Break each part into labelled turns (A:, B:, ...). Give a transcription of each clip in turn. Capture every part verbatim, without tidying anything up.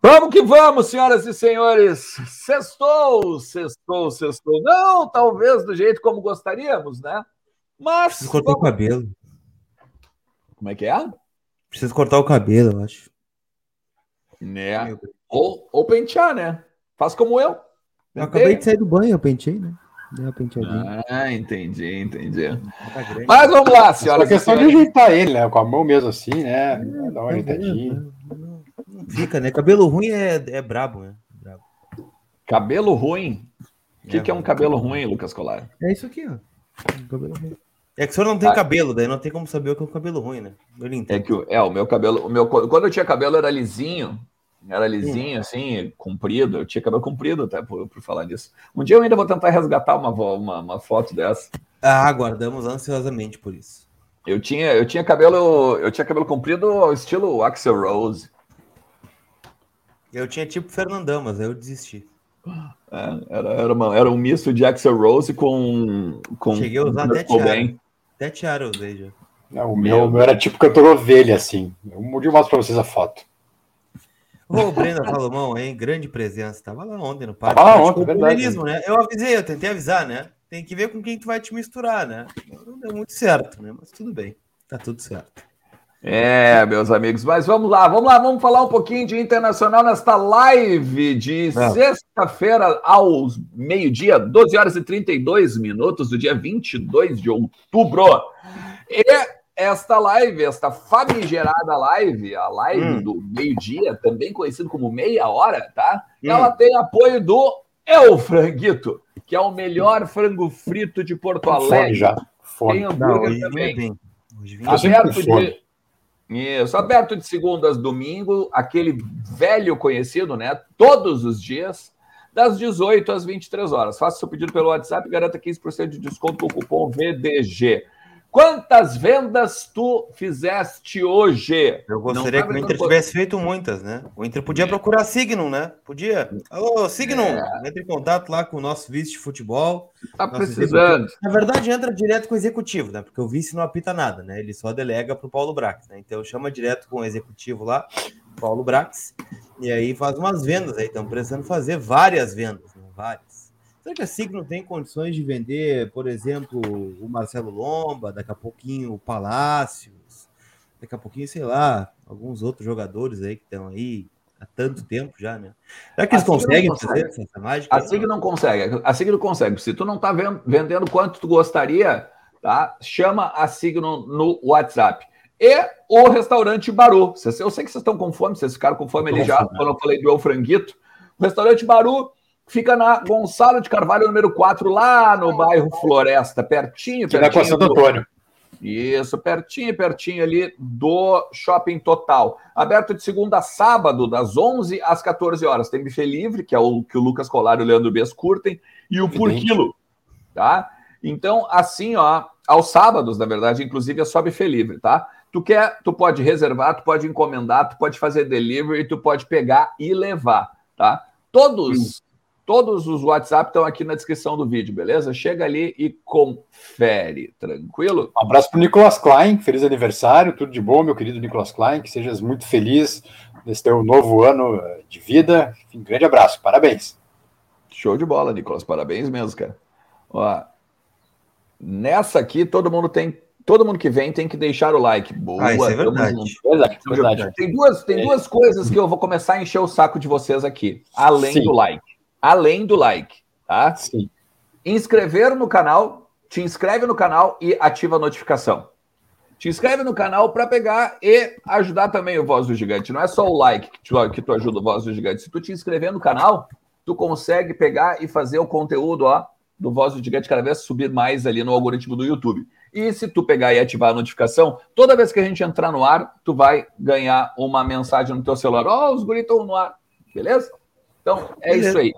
A: Vamos que vamos, senhoras e senhores. Sextou, sextou, sextou. Não, talvez do jeito como gostaríamos, né? Mas.
B: Preciso cortar vamos... o cabelo.
A: Como é que é?
B: Preciso cortar o cabelo, eu acho.
A: Né? Ou, ou pentear, né? Faz como eu.
B: Eu acabei de sair do banho, eu pentei, né?
A: Deu uma penteadinha. Ah, entendi, entendi.
B: Tá grande,
A: Mas vamos lá, senhoras
C: e senhores. É questão de ajeitar ele, né? Com a mão mesmo assim, né? É, Dá uma ajeitadinha.
B: Não, não fica, né? Cabelo ruim é, é brabo, né? Brabo.
A: Cabelo ruim? O que é, que é um cabelo ruim,
B: ruim,
A: Lucas Colar?
B: É isso aqui, ó. Um cabelo ruim. É que o senhor não tem ah. cabelo, daí não tem como saber o que é um cabelo ruim, né?
A: É que é, o meu cabelo, o meu, quando eu tinha cabelo era lisinho, era lisinho, hum. assim, comprido, eu tinha cabelo comprido até por, por falar nisso. Um dia eu ainda vou tentar resgatar uma, uma, uma foto dessa.
B: Ah, aguardamos ansiosamente por isso.
A: Eu tinha, eu tinha cabelo, eu tinha cabelo comprido ao estilo Axl Rose.
B: Eu tinha tipo Fernandão, mas aí eu desisti.
A: É, era, era, uma, era um misto de Axl Rose com, com
B: cheguei a usar até tiara. Até tiara eu usei já.
C: Não, o meu, meu era tipo cantor ovelha, assim. Eu mudei mais pra vocês a foto.
B: Ô, Brenda Salomão, hein? Grande presença. Tava lá ontem no parque.
C: Tava lá ontem, é verdade.
B: Né? Eu avisei, eu tentei avisar, né? Tem que ver com quem tu vai te misturar, né? Não deu muito certo, né? Mas tudo bem. Tá tudo certo.
A: É, meus amigos, mas vamos lá, vamos lá, vamos falar um pouquinho de internacional nesta live de Não. sexta-feira aos meio-dia, doze horas e trinta e dois minutos do dia vinte e dois de outubro. E esta live, esta famigerada live, a live hum. do meio-dia, também conhecido como meia hora, tá? Hum. Ela tem apoio do El Franguito, que é o melhor frango frito de Porto Alegre.
C: Fome já. Fome.
A: Tem hambúrguer
B: Não,
A: também.
B: Bem. Hoje vim
A: aberto de... Isso, aberto de segundas, domingo, aquele velho conhecido, né? Todos os dias, das dezoito às vinte e três horas. Faça seu pedido pelo WhatsApp e garanta quinze por cento de desconto com o cupom V D G. Quantas vendas tu fizeste hoje?
B: Eu gostaria que o Inter tivesse feito muitas, né? O Inter podia é. procurar Signum, né? Podia. Alô, Signum, é. entre em contato lá com o nosso vice de futebol.
A: Tá precisando.
B: Executivo. Na verdade, entra direto com o executivo, né? Porque o vice não apita nada, né? Ele só delega pro Paulo Brax, né? Então chama direto com o executivo lá, Paulo Brax, e aí faz umas vendas aí. Estão precisando fazer várias vendas, né? Várias. Será que a Signum tem condições de vender, por exemplo, o Marcelo Lomba, daqui a pouquinho o Palácios, daqui a pouquinho, sei lá, alguns outros jogadores aí que estão aí há tanto tempo já, né? Será que eles conseguem fazer essa mágica?
A: A Signum não consegue, a Signum consegue. Se tu não tá vendendo quanto tu gostaria, tá? Chama a Signum no WhatsApp. E o restaurante Baru. Eu sei que vocês estão com fome, vocês ficaram com fome ali já, quando eu falei do El Franguito. O restaurante Baru fica na Gonçalo de Carvalho, número quatro, lá no bairro Floresta, pertinho, pertinho.
C: Com Santo Antônio.
A: Isso, pertinho, pertinho ali do Shopping Total. Aberto de segunda a sábado, das onze às quatorze horas. Tem buffet livre, que é o que o Lucas Colar e o Leandro Bess curtem, e o por quilo, tá? Então, assim, ó, aos sábados, na verdade, inclusive, é só buffet livre, tá? Tu quer, tu pode reservar, tu pode encomendar, tu pode fazer delivery, tu pode pegar e levar, tá? Todos... Hum. Todos os WhatsApp estão aqui na descrição do vídeo, beleza? Chega ali e confere, tranquilo?
C: Um abraço para o Nicolas Klein, feliz aniversário, tudo de bom, meu querido Nicolas Klein, que sejas muito feliz nesse teu novo ano de vida. Enfim, grande abraço, parabéns.
A: Show de bola, Nicolas, parabéns mesmo, cara. Ó, nessa aqui, todo mundo tem, todo mundo que vem tem que deixar o like. Boa,
B: ah, isso é verdade.
C: verdade, verdade.
A: Tem duas, tem duas coisas que eu vou começar a encher o saco de vocês aqui, além Sim. do like. Além do like, tá?
C: Sim.
A: Inscrever no canal, te inscreve no canal e ativa a notificação. Te inscreve no canal para pegar e ajudar também o Voz do Gigante. Não é só o like que tu, que tu ajuda o Voz do Gigante. Se tu te inscrever no canal, tu consegue pegar e fazer o conteúdo, ó, do Voz do Gigante cada vez subir mais ali no algoritmo do YouTube. E se tu pegar e ativar a notificação, toda vez que a gente entrar no ar, tu vai ganhar uma mensagem no teu celular. Ó, oh, os guris estão no ar. Beleza? Então, é Beleza. isso aí.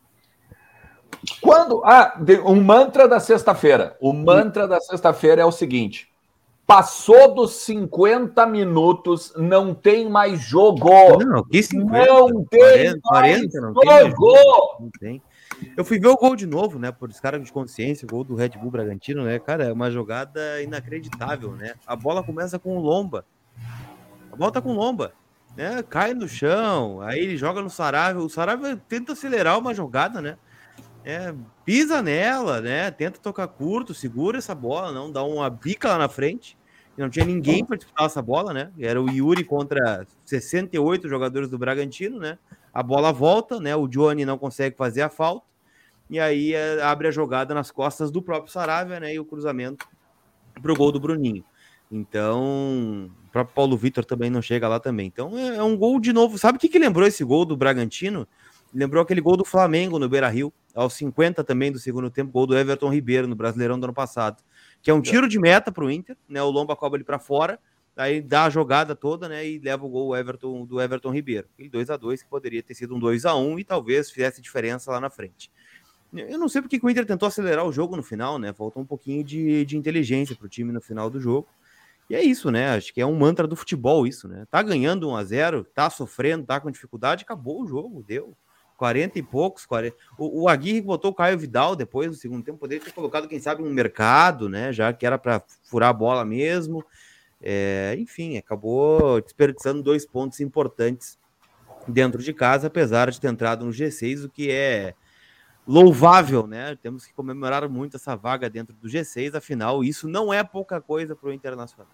A: Quando. Ah, um mantra da sexta-feira. O mantra da sexta-feira é o seguinte: passou dos cinquenta minutos, não tem mais jogo.
B: Não, que cinquenta?
A: Não tem
B: quarenta,
A: mais
B: quarenta, não
A: jogo.
B: Tem mais jogo. Não tem. Eu fui ver o gol de novo, né? Por descarga de consciência, o gol do Red Bull Bragantino, né? Cara, é uma jogada inacreditável, né? A bola começa com o Lomba. A bola tá com o Lomba. né? Cai no chão, aí ele joga no Saravia, o Saravia tenta acelerar uma jogada, né? É, pisa nela, né? Tenta tocar curto, segura essa bola, não dá uma bica lá na frente. Não tinha ninguém para disputar essa bola, né? Era o Yuri contra sessenta e oito jogadores do Bragantino, né? A bola volta, né? O Johnny não consegue fazer a falta. E aí é, abre a jogada nas costas do próprio Saravia, né? E o cruzamento pro gol do Bruninho. Então, o próprio Paulo Vitor também não chega lá também. Então, é, é um gol de novo. Sabe o que, que lembrou esse gol do Bragantino? Lembrou aquele gol do Flamengo no Beira-Rio, aos cinquenta também do segundo tempo, gol do Everton Ribeiro no Brasileirão do ano passado, que é um tiro de meta pro Inter, né? O Lomba cobra ele para fora, aí dá a jogada toda, né? E leva o gol Everton, do Everton Ribeiro. Aquele dois a dois que poderia ter sido um dois a um e talvez fizesse diferença lá na frente. Eu não sei porque que o Inter tentou acelerar o jogo no final, né? Faltou um pouquinho de, de inteligência pro time no final do jogo. E é isso, né? Acho que é um mantra do futebol isso, né? Tá ganhando um a zero, tá sofrendo, tá com dificuldade, acabou o jogo, deu. quarenta e poucos, quarenta. O, o Aguirre botou o Caio Vidal depois no segundo tempo, poderia ter colocado, quem sabe, um mercado, né? Já que era para furar a bola mesmo. É, enfim, acabou desperdiçando dois pontos importantes dentro de casa, apesar de ter entrado no G seis, o que é louvável, né? Temos que comemorar muito essa vaga dentro do G seis, afinal, isso não é pouca coisa para o Internacional.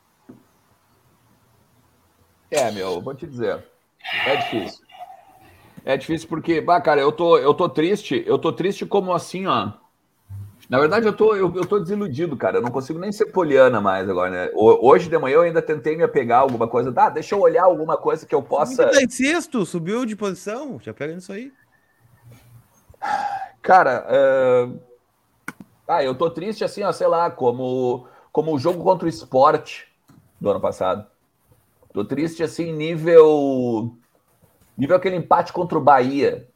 A: É, meu, vou te dizer, é difícil. É difícil porque, bah, cara, eu tô, eu tô triste, eu tô triste como assim, ó. Na verdade, eu tô, eu, eu tô desiludido, cara. Eu não consigo nem ser poliana mais agora, né? Hoje de manhã eu ainda tentei me apegar a alguma coisa. Ah, deixa eu olhar alguma coisa que eu possa.
B: Tá em sexto, subiu de posição, já pega nisso aí.
A: Cara, uh... ah, eu tô triste assim, ó, sei lá, como, como o jogo contra o Sport do ano passado. Tô triste assim, nível. Nível aquele empate contra o Bahia.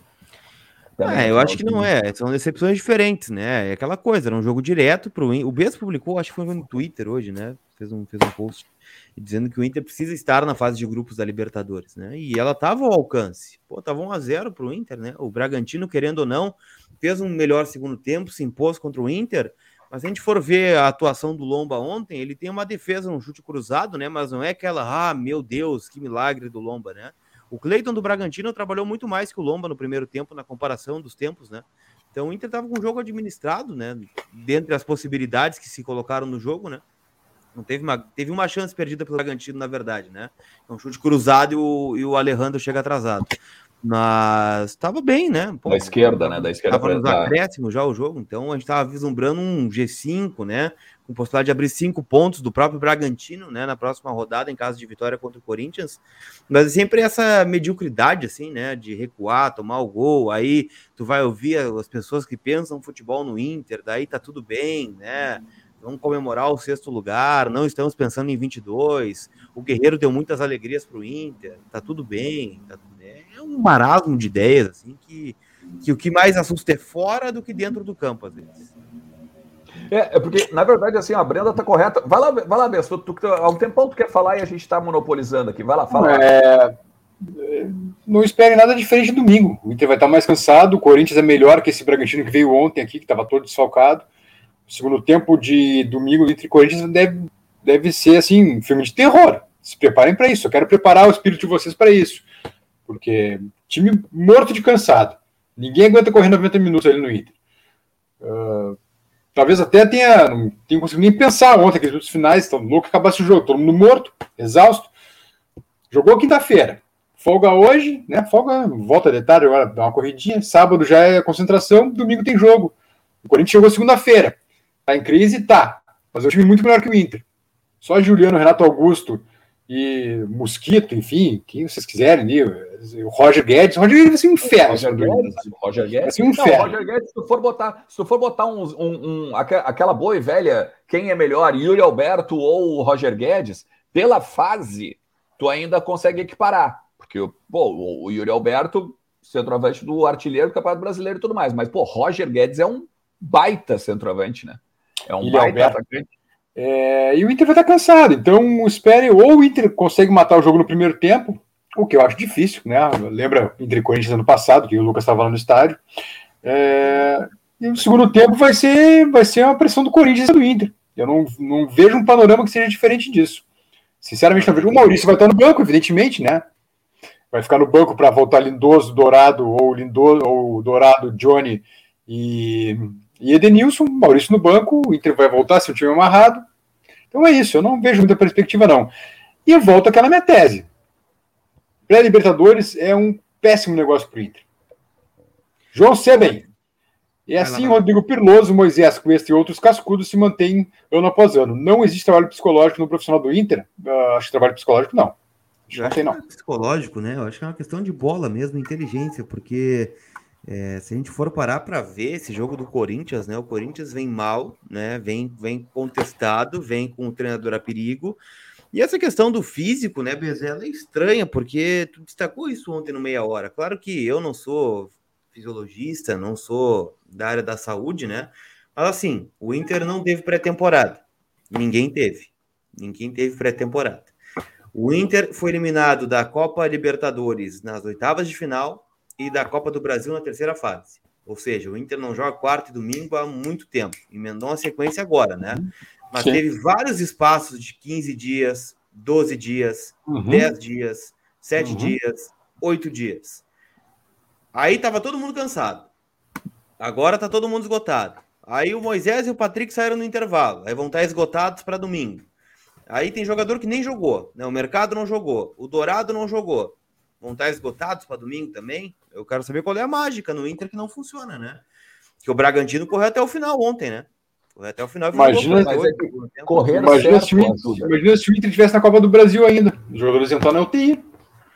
B: Também é, eu acho que não é, são decepções diferentes, né? É aquela coisa, era um jogo direto pro Inter. O Bess publicou, acho que foi no Twitter hoje, né? Fez um, fez um post dizendo que o Inter precisa estar na fase de grupos da Libertadores, né? E ela tava ao alcance. Pô, tava um a zero pro Inter, né? O Bragantino, querendo ou não, fez um melhor segundo tempo, se impôs contra o Inter. Mas se a gente for ver a atuação do Lomba ontem, ele tem uma defesa, um chute cruzado, né? Mas não é aquela, ah, meu Deus, que milagre do Lomba, né? O Cleiton do Bragantino trabalhou muito mais que o Lomba no primeiro tempo, na comparação dos tempos, né? Então o Inter estava com o jogo administrado, né? Dentre as possibilidades que se colocaram no jogo, né? Não teve uma, teve uma chance perdida pelo Bragantino, na verdade, né? Um chute cruzado e o, e o Alejandro chega atrasado. Mas estava bem, né? Pô,
A: da esquerda,
B: tava,
A: né? Da esquerda.
B: Estava nos acréscimos já o jogo, então a gente estava vislumbrando um G cinco, né? Com possibilidade de abrir cinco pontos do próprio Bragantino, né? Na próxima rodada, em caso de vitória contra o Corinthians. Mas é sempre essa mediocridade, assim, né? De recuar, tomar o gol, aí tu vai ouvir as pessoas que pensam futebol no Inter, daí tá tudo bem, né? Vamos comemorar o sexto lugar, não estamos pensando em vinte e dois. O Guerreiro deu muitas alegrias para o Inter, tá tudo bem. Tá, é um marasmo de ideias, assim, que, que o que mais assusta é fora do que dentro do campo, às vezes.
A: É, é porque, na verdade, assim, a Brenda tá correta. Vai lá, vai lá, Bess, tu, tu, há um tempão tu quer falar e a gente tá monopolizando aqui. Vai lá, fala.
C: É... Não espere nada diferente domingo. O Inter vai estar mais cansado, o Corinthians é melhor que esse Bragantino que veio ontem aqui, que estava todo desfalcado. O segundo tempo de domingo entre Corinthians deve, deve ser assim, um filme de terror. Se preparem para isso. Eu quero preparar o espírito de vocês para isso. Porque time morto de cansado. Ninguém aguenta correr noventa minutos ali no Inter. Uh, talvez até tenha. Não tenha conseguido nem pensar ontem, aqueles minutos finais. Estão louco que acabasse o jogo. Todo mundo morto, exausto. Jogou quinta-feira. Folga hoje, né? Folga, volta de tarde, agora dá uma corridinha. Sábado já é concentração. Domingo tem jogo. O Corinthians jogou segunda-feira. Tá em crise? Tá. Mas é um time muito melhor que o Inter. Só Juliano, Renato Augusto e Mosquito, enfim, quem vocês quiserem ali, o Roger Guedes. O Roger Guedes vai ser um inferno.
A: Roger Guedes, Roger Guedes. Vai ser um inferno. Não, Roger Guedes, se tu for botar, se tu for botar um, um, um, aquela boa e velha, quem é melhor, Yuri Alberto ou o Roger Guedes, pela fase, tu ainda consegue equiparar. Porque pô, o Yuri Alberto, centroavante do artilheiro do Campeonato Brasileiro e tudo mais. Mas, pô, Roger Guedes é um baita centroavante, né? É um
C: Ilha baita atacante. É, e o Inter vai estar cansado, então espere, ou o Inter consegue matar o jogo no primeiro tempo, o que eu acho difícil, né? Lembra Inter e Corinthians ano passado, que o Lucas estava lá no estádio. É, e o segundo tempo vai ser, vai ser uma pressão do Corinthians e do Inter. Eu não, não vejo um panorama que seja diferente disso. Sinceramente, não vejo. O Maurício vai estar no banco, evidentemente, né? vai ficar no banco para voltar Lindoso, Dourado, ou Lindoso, ou Dourado, Johnny e, e Edenilson, Maurício no banco, o Inter vai voltar se o time é amarrado. Então é isso, eu não vejo muita perspectiva, não. E eu volto àquela minha tese. Pré-Libertadores é um péssimo negócio para o Inter. João Seben. E assim, Rodrigo Pirloso, Moisés Cuesta e outros cascudos se mantêm ano após ano. Não existe trabalho psicológico no profissional do Inter? Uh, acho que trabalho psicológico não.
B: Acho, acho que não é psicológico, né? Eu acho que é uma questão de bola mesmo, inteligência, porque é, se a gente for parar para ver esse jogo do Corinthians, né? O Corinthians vem mal, né? Vem, vem contestado, vem com o treinador a perigo. E essa questão do físico, né, Bezerra, é estranha, porque tu destacou isso ontem no meia hora. Claro que eu não sou fisiologista, não sou da área da saúde, né? Mas assim, o Inter não teve pré-temporada. Ninguém teve. Ninguém teve pré-temporada. O Inter foi eliminado da Copa Libertadores nas oitavas de final e da Copa do Brasil na terceira fase. Ou seja, o Inter não joga quarto e domingo há muito tempo. Emendou uma sequência agora, né? Mas Sim. teve vários espaços de quinze dias, doze dias, uhum. dez dias, sete uhum. dias, oito dias. Aí tava todo mundo cansado. Agora tá todo mundo esgotado. Aí o Moisés e o Patrick saíram no intervalo. Aí vão estar esgotados para domingo. Aí tem jogador que nem jogou, né? O Mercado não jogou, o Dourado não jogou. Vão estar esgotados para domingo também? Eu quero saber qual é a mágica no Inter que não funciona, né? Que o Bragantino correu até o final ontem, né? Correu até o final.
C: Imagina,
A: mas é que correr
C: imagina, se o Inter, imagina se o Inter estivesse na Copa do Brasil ainda. Os jogadores iam estar na U T I.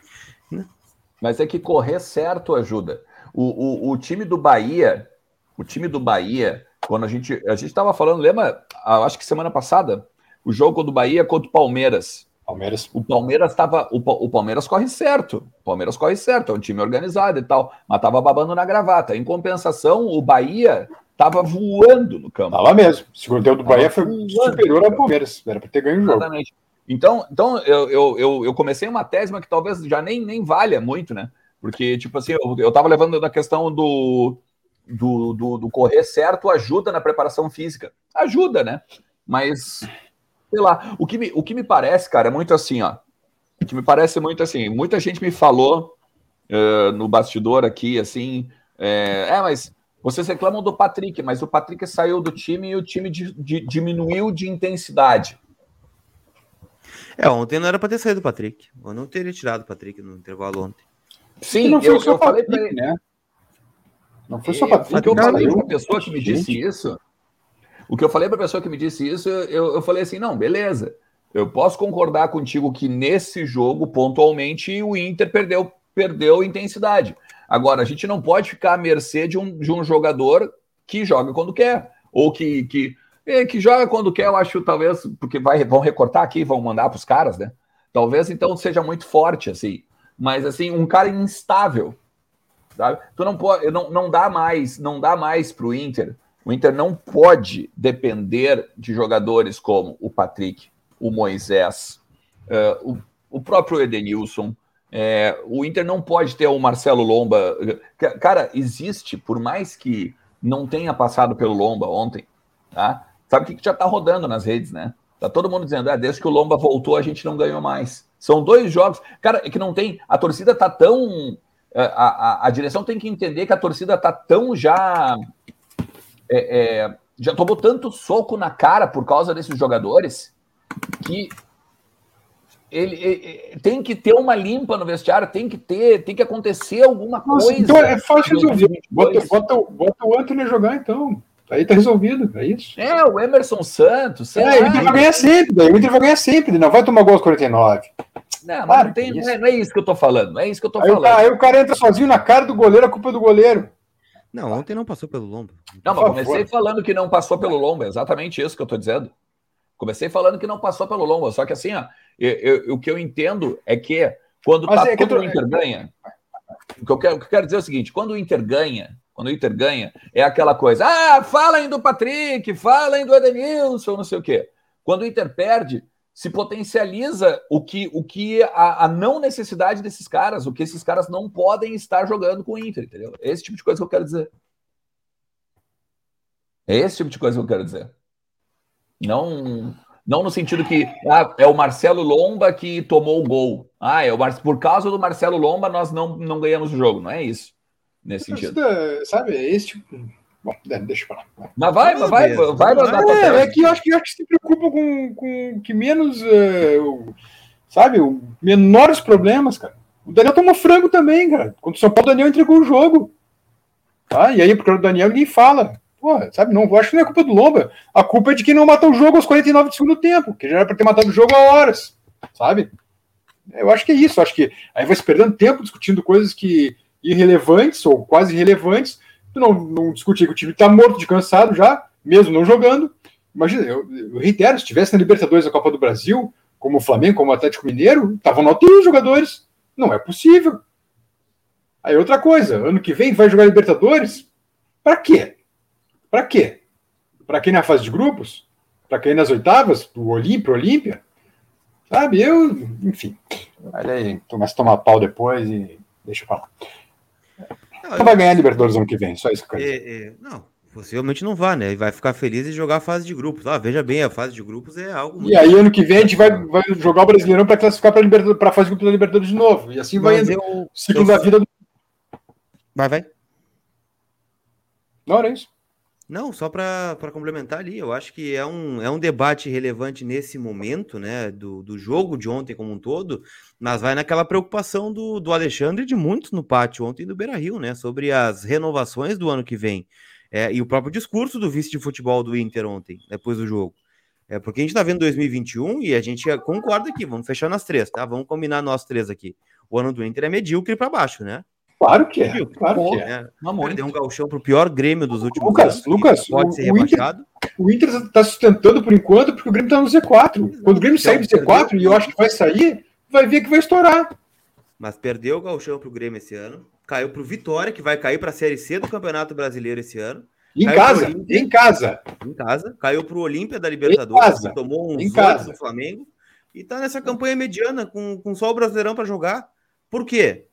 A: Mas é que correr certo ajuda. O, o, o time do Bahia, o time do Bahia, quando a gente a gente estava falando, lembra? Acho que semana passada, o jogo do Bahia contra o Palmeiras.
C: Palmeiras.
A: O Palmeiras estava. O, o Palmeiras corre certo. O Palmeiras corre certo, é um time organizado e tal, mas estava babando na gravata. Em compensação, o Bahia estava voando no campo.
C: Tava mesmo. O segundo tempo do Bahia foi superior ao Palmeiras. Era para ter ganho o jogo.
A: Exatamente. Então, então eu, eu, eu, eu comecei uma tese, mas que talvez já nem, nem valha muito, né? Porque, tipo assim, eu, eu tava levando na questão do, do, do, do correr certo, ajuda na preparação física. Ajuda, né? Mas, sei lá, o que me, o que me parece, cara, é muito assim, ó. O que me parece muito assim, muita gente me falou uh, no bastidor aqui, assim, é, é, mas vocês reclamam do Patrick, mas o Patrick saiu do time e o time de, de, diminuiu de intensidade.
B: É, ontem não era para ter saído o Patrick. Eu não teria tirado o Patrick no intervalo ontem.
A: Sim, não foi eu, só eu falei para ele,
C: né? Não foi só para
A: o que eu falei para a pessoa que me disse isso. O que eu falei para a pessoa que me disse isso, eu, eu falei assim, não, beleza. Eu posso concordar contigo que nesse jogo, pontualmente, o Inter perdeu, perdeu intensidade. Agora, a gente não pode ficar à mercê de um, de um jogador que joga quando quer, ou que, que, que joga quando quer, eu acho, talvez, porque vai, vão recortar aqui, vão mandar para os caras, né? Talvez, então, seja muito forte, assim. Mas, assim, um cara instável, sabe? Tu não pode, não, não dá mais, não dá mais para o Inter. O Inter não pode depender de jogadores como o Patrick, o Moisés, uh, o, o próprio Edenilson. É, o Inter não pode ter o Marcelo Lomba. Cara, existe, por mais que não tenha passado pelo Lomba ontem, tá? Sabe o que, que já tá rodando nas redes, né? Tá todo mundo dizendo, ah, desde que o Lomba voltou, a gente não ganhou mais. São dois jogos. Cara, é que não tem. A torcida tá tão. A, a, a direção tem que entender que a torcida tá tão já. É, é, já tomou tanto soco na cara por causa desses jogadores que ele, ele tem que ter uma limpa no vestiário, tem que ter, tem que acontecer alguma
C: Nossa,
A: coisa.
C: Então é fácil resolver. Bota, bota, bota o Antony jogar, então. Aí tá resolvido, é isso.
A: É, o Emerson Santos.
C: É, lá, o Inter vai ganhar sempre, daí o Inter vai ganhar sempre, não vai tomar gol aos quarenta e nove.
A: Não, mas não, tem, não, é, não é isso que eu tô falando, não é isso que eu tô
C: aí,
A: falando.
C: Aí o cara entra sozinho na cara do goleiro, a culpa é do goleiro.
B: Não, ontem não passou pelo Lomba.
A: Não, mas comecei falando que não passou pelo Lomba, é exatamente isso que eu tô dizendo. Comecei falando que não passou pelo Lomba, só que assim, ó, eu, eu, o que eu entendo é que quando, tá, é que quando tô... o Inter ganha, o que, eu quero, o que eu quero dizer é o seguinte, quando o Inter ganha, quando o Inter ganha, é aquela coisa, ah, falem do Patrick, falem do Edenilson, não sei o quê. Quando o Inter perde, se potencializa o que, o que a, a não necessidade desses caras, o que esses caras não podem estar jogando com o Inter, entendeu? É esse tipo de coisa que eu quero dizer. É esse tipo de coisa que eu quero dizer. Não, não no sentido que ah, é o Marcelo Lomba que tomou o gol. Ah, eu, por causa do Marcelo Lomba, nós não, não ganhamos o jogo, não é isso? Nesse sentido.
C: Sabe, é esse tipo. Bom, deixa eu falar.
A: Mas vai, mas vai, vai, vai mandar tua
C: é,
A: tese.
C: é que eu acho que, eu acho que se preocupam com, com que menos, uh, sabe, o, menores problemas, cara. O Daniel tomou frango também, cara. Quando o São Paulo, o Daniel entregou o jogo. Tá? E aí, porque o Daniel ninguém fala. Pô, sabe, não, eu acho que não é culpa do Lomba. A culpa é de quem não matou o jogo aos quarenta e nove do segundo tempo, que já era para ter matado o jogo há horas, sabe? Eu acho que é isso. Eu acho que aí vai se perdendo tempo discutindo coisas que irrelevantes ou quase irrelevantes. Tu não, não discutir que o time tá morto de cansado já, mesmo não jogando. Imagina, eu, eu reitero, se tivesse na Libertadores da Copa do Brasil, como o Flamengo, como o Atlético Mineiro, estavam na U T I os jogadores. Não é possível. Aí outra coisa, ano que vem vai jogar Libertadores? Para quê? Para quê? Para quem na fase de grupos? Para quem nas oitavas? Do Olímpia, Olímpia? Sabe, eu, enfim. Olha aí, começa a tomar pau depois e deixa eu falar. Não, não vai ganhar Libertadores ano que vem, só isso que eu quero dizer.
B: É, é, não, possivelmente não vai, né? Vai ficar feliz em jogar a fase de grupos. Ah, veja bem, a fase de grupos é algo muito...
C: E aí, ano que vem, a gente vai, vai jogar o Brasileirão para classificar para a fase de grupos da Libertadores de novo. E assim vai indo o ciclo eu... da vida do...
B: Vai, vai.
C: Não, era isso.
B: Não, só para complementar ali, eu acho que é um, é um debate relevante nesse momento, né, do, do jogo de ontem como um todo, mas vai naquela preocupação do, do Alexandre e de muitos no pátio ontem do Beira-Rio, né, sobre as renovações do ano que vem, é, e o próprio discurso do vice de futebol do Inter ontem, depois do jogo. É porque a gente tá vendo dois mil e vinte e um e a gente concorda aqui, vamos fechar nas três, tá? Vamos combinar nós três aqui. O ano do Inter é medíocre para baixo, né?
C: Claro que é, claro Pô, que é.
B: é. Perdeu um gauchão pro pior Grêmio dos últimos
C: Lucas,
B: anos.
C: Lucas,
B: pode
C: o,
B: ser rebaixado.
C: O Inter está sustentando por enquanto porque o Grêmio está no Z quatro. Exato. Quando o Grêmio então, sair do Z quatro, perdeu... e eu acho que vai sair, vai ver que vai estourar.
B: Mas perdeu o gauchão pro Grêmio esse ano, caiu pro Vitória, que vai cair para a Série C do Campeonato Brasileiro esse ano.
C: Em casa, em casa.
B: Em casa. Caiu pro Olímpia da Libertadores, que tomou uns oito do Flamengo. E tá nessa campanha mediana, com, com só o Brasileirão para jogar. Por quê?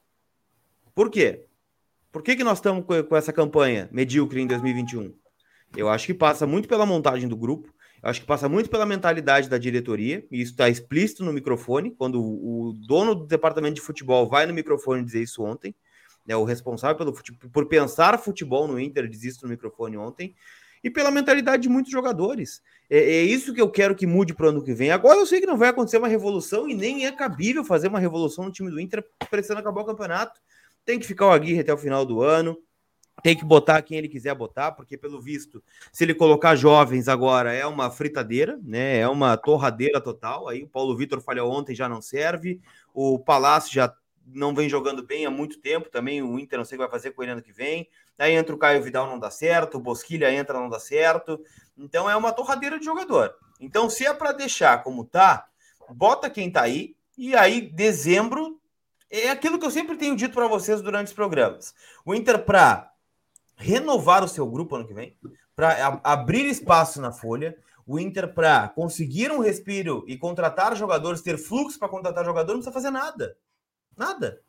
B: Por quê? Por que, que nós estamos com essa campanha medíocre em dois mil e vinte e um? Eu acho que passa muito pela montagem do grupo, eu acho que passa muito pela mentalidade da diretoria, e isso está explícito no microfone, quando o dono do departamento de futebol vai no microfone dizer isso ontem, né, o responsável pelo futebol, por pensar futebol no Inter diz isso no microfone ontem, e pela mentalidade de muitos jogadores. É, é isso que eu quero que mude para o ano que vem. Agora eu sei que não vai acontecer uma revolução, e nem é cabível fazer uma revolução no time do Inter precisando acabar o campeonato. Tem que ficar o Aguirre até o final do ano, tem que botar quem ele quiser botar, porque pelo visto, se ele colocar jovens agora é uma fritadeira, né? É uma torradeira total. Aí o Paulo Vitor falhou ontem, já não serve. O Palácio já não vem jogando bem há muito tempo também. O Inter não sei o que vai fazer com ele ano que vem. Aí entra o Caio Vidal, não dá certo. O Bosquilha entra, não dá certo. Então é uma torradeira de jogador. Então, se é para deixar como tá, bota quem tá aí. E aí, dezembro. É aquilo que eu sempre tenho dito para vocês durante os programas. O Inter, para renovar o seu grupo ano que vem, para abrir espaço na folha, o Inter, para conseguir um respiro e contratar jogadores, ter fluxo para contratar jogadores, não precisa fazer nada. Nada.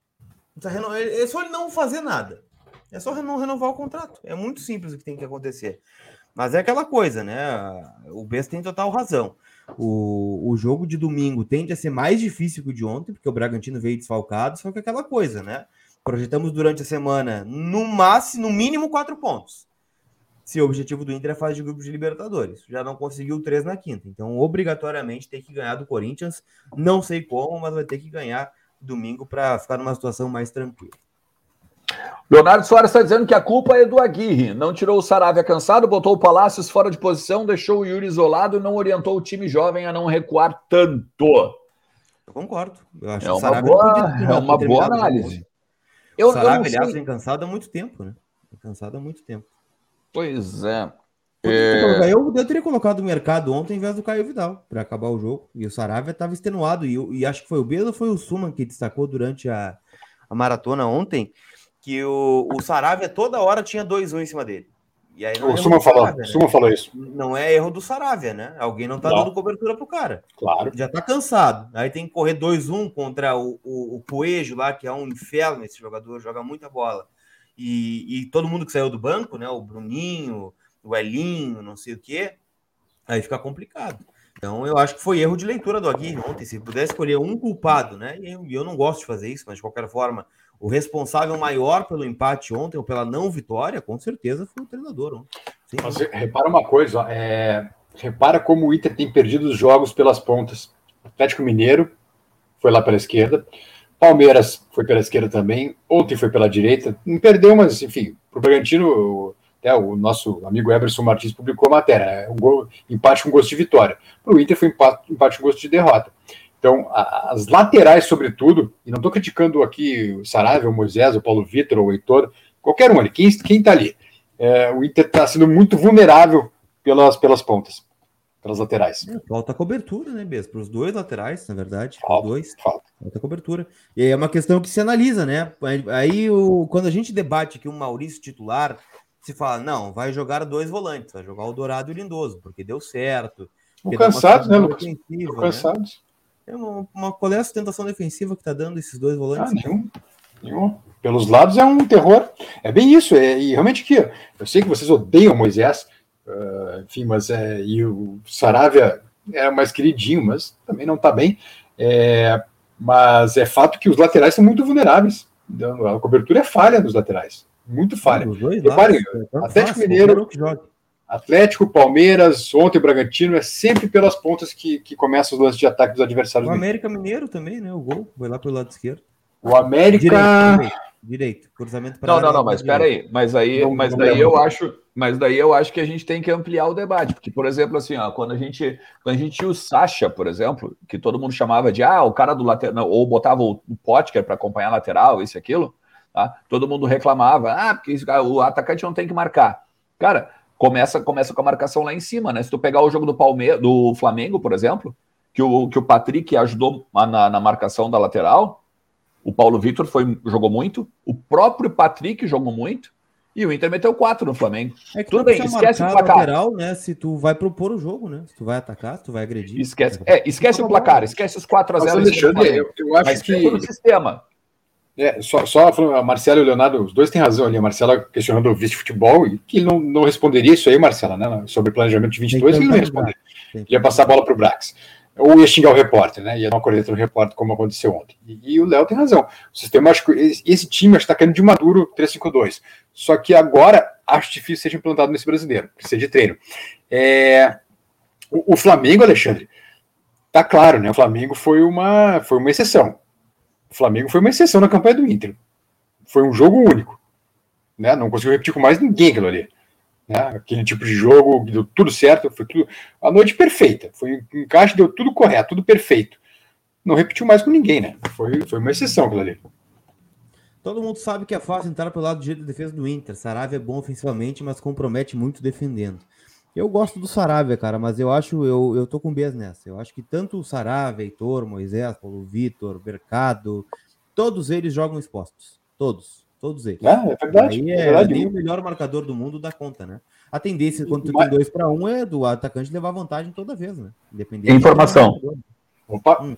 B: Reno... É só ele não fazer nada. É só não renovar o contrato. É muito simples o que tem que acontecer. Mas é aquela coisa, né? O Bessa tem total razão. O, o jogo de domingo tende a ser mais difícil que o de ontem, porque o Bragantino veio desfalcado, só que aquela coisa, né? Projetamos durante a semana, no máximo, no mínimo, quatro pontos. Se o objetivo do Inter é fazer de grupos de Libertadores. Já não conseguiu três na quinta. Então, obrigatoriamente, tem que ganhar do Corinthians. Não sei como, mas vai ter que ganhar domingo para ficar numa situação mais tranquila.
A: Leonardo Soares está dizendo que a culpa é do Aguirre. Não tirou o Saravia cansado, botou o Palácios fora de posição, deixou o Yuri isolado e não orientou o time jovem a não recuar tanto.
B: Eu concordo. Eu acho
A: é
B: que o
A: uma boa, é uma boa análise.
B: Eu, o Saravia, aliás, vem cansado há muito tempo, né? Vem cansado há muito tempo.
A: Pois é.
B: é... Eu, eu teria colocado o Mercado ontem em vez do Caio Vidal para acabar o jogo. E o Saravia estava extenuado. E, eu, e acho que foi o Belo ou foi o Suman que destacou durante a, a maratona ontem que o, o Saravia toda hora tinha dois um em cima dele. E aí não
C: o Suman falou, Saravia, né? Suman falou isso.
B: Não é erro do Saravia, né? Alguém não tá não. dando cobertura pro cara.
C: Claro.
B: Já tá cansado. Aí tem que correr dois um contra o, o, o Coelho lá, que é um inferno esse jogador, joga muita bola. E, e todo mundo que saiu do banco, né? O Bruninho, o Elinho, não sei o quê. Aí fica complicado. Então, eu acho que foi erro de leitura do Aguirre ontem. Se pudesse escolher um culpado, né? E eu, eu não gosto de fazer isso, mas de qualquer forma, o responsável maior pelo empate ontem, ou pela não vitória, com certeza foi o treinador ontem. Sim,
C: mas repara uma coisa, é... repara como o Inter tem perdido os jogos pelas pontas. Atlético Mineiro foi lá pela esquerda, Palmeiras foi pela esquerda também, ontem foi pela direita, não perdeu, mas enfim, pro Bragantino, até o nosso amigo Everson Martins publicou a matéria, um gol, empate com gosto de vitória. Pro Inter foi empate, empate com gosto de derrota. Então, a, as laterais, sobretudo, e não estou criticando aqui o Saravia, o Moisés, o Paulo Vitor, o Heitor, qualquer um ali, quem, quem tá ali. É, o Inter está sendo muito vulnerável pelas, pelas pontas, pelas laterais.
B: É, falta cobertura, né, Bess? Para os dois laterais, na verdade.
C: Falta,
B: os dois.
C: Falta.
B: Falta cobertura. E aí é uma questão que se analisa, né? Aí, o, quando a gente debate aqui um Maurício titular, se fala, não, vai jogar dois volantes, vai jogar o Dourado e o Lindoso, porque deu certo.
C: Estão cansados, né, Lucas?
B: Estão
C: cansados.
B: Né? É uma, uma, qual é a sustentação defensiva que tá dando esses dois volantes?
C: Ah, nenhum. nenhum. Pelos lados é um terror. É bem isso. É, e realmente aqui, eu sei que vocês odeiam o Moisés, uh, enfim, mas é, e o Saravia era mais queridinho, mas também não tá bem. É, mas é fato que os laterais são muito vulneráveis. Então, a cobertura é falha nos laterais. Muito falha. Reparem, Atlético Mineiro, Atlético, Palmeiras, ontem o Bragantino, é sempre pelas pontas que, que começam os lances de ataque dos adversários.
B: O América Mineiro também, né? O gol foi lá pelo lado esquerdo.
C: O América...
B: Direito, direito, direito. cruzamento para
A: Não, não, não, mas espera aí. Mas aí, não, mas não daí eu acho, mas daí eu acho que a gente tem que ampliar o debate, porque, por exemplo, assim, ó, quando a gente, quando a gente tinha o Sacha, por exemplo, que todo mundo chamava de ah, o cara do lateral, ou botava o Potker para acompanhar a lateral, isso e aquilo, tá? Todo mundo reclamava, ah, porque isso, o atacante não tem que marcar. Cara, começa, começa com a marcação lá em cima, né? Se tu pegar o jogo do Palmeiras, do Flamengo, por exemplo, que o, que o Patrick ajudou na, na marcação da lateral. O Paulo Vitor foi, jogou muito, o próprio Patrick jogou muito, e o Inter meteu quatro no Flamengo.
B: É que
A: tudo bem, esquece o placar.
B: Lateral, né? Se tu vai propor o jogo, né? Se tu vai atacar, se tu vai agredir.
A: Esquece, é, esquece o placar, esquece os quatro a zero.
C: Alexandre, eu, eu acho
A: mas
C: que
A: no sistema.
C: É, só, só a Marcela e o Leonardo, os dois têm razão ali. A Marcela questionando o vice-futebol, e que ele não, não responderia isso aí, Marcela, né? Sobre planejamento de vinte e dois, ele não ia responder. Ia passar a bola para o Brax. Ou ia xingar o repórter, né? Ia dar uma corneta no repórter, como aconteceu ontem. E, e o Léo tem razão. O sistema, acho que esse, esse time está caindo de maduro três cinco dois. Só que agora acho difícil seja implantado nesse brasileiro, precisa de treino. É, o, o Flamengo, Alexandre, tá claro, né? O Flamengo foi uma, foi uma exceção. O Flamengo foi uma exceção na campanha do Inter. Foi um jogo único, né? Não conseguiu repetir com mais ninguém aquilo ali. Né? Aquele tipo de jogo, deu tudo certo, foi tudo. A noite perfeita, foi um encaixe, deu tudo correto, tudo perfeito. Não repetiu mais com ninguém, né? Foi, foi uma exceção aquilo ali.
B: Todo mundo sabe que é fácil entrar pelo lado do jeito de defesa do Inter. Saravia é bom ofensivamente, mas compromete muito defendendo. Eu gosto do Saravia, cara, mas eu acho, eu, eu tô com B S nessa. Eu acho que tanto o Saravia, Heitor, Moisés, Paulo Vitor, Mercado, todos eles jogam expostos. Todos. Todos eles.
C: Ah, é verdade.
B: Aí é,
C: é verdade.
B: Nem o melhor marcador do mundo dá conta, né? A tendência, quando tu Mas... tem dois para um, é do atacante levar vantagem toda vez, né? Independente.
A: Informação.
C: Opa.
A: Hum.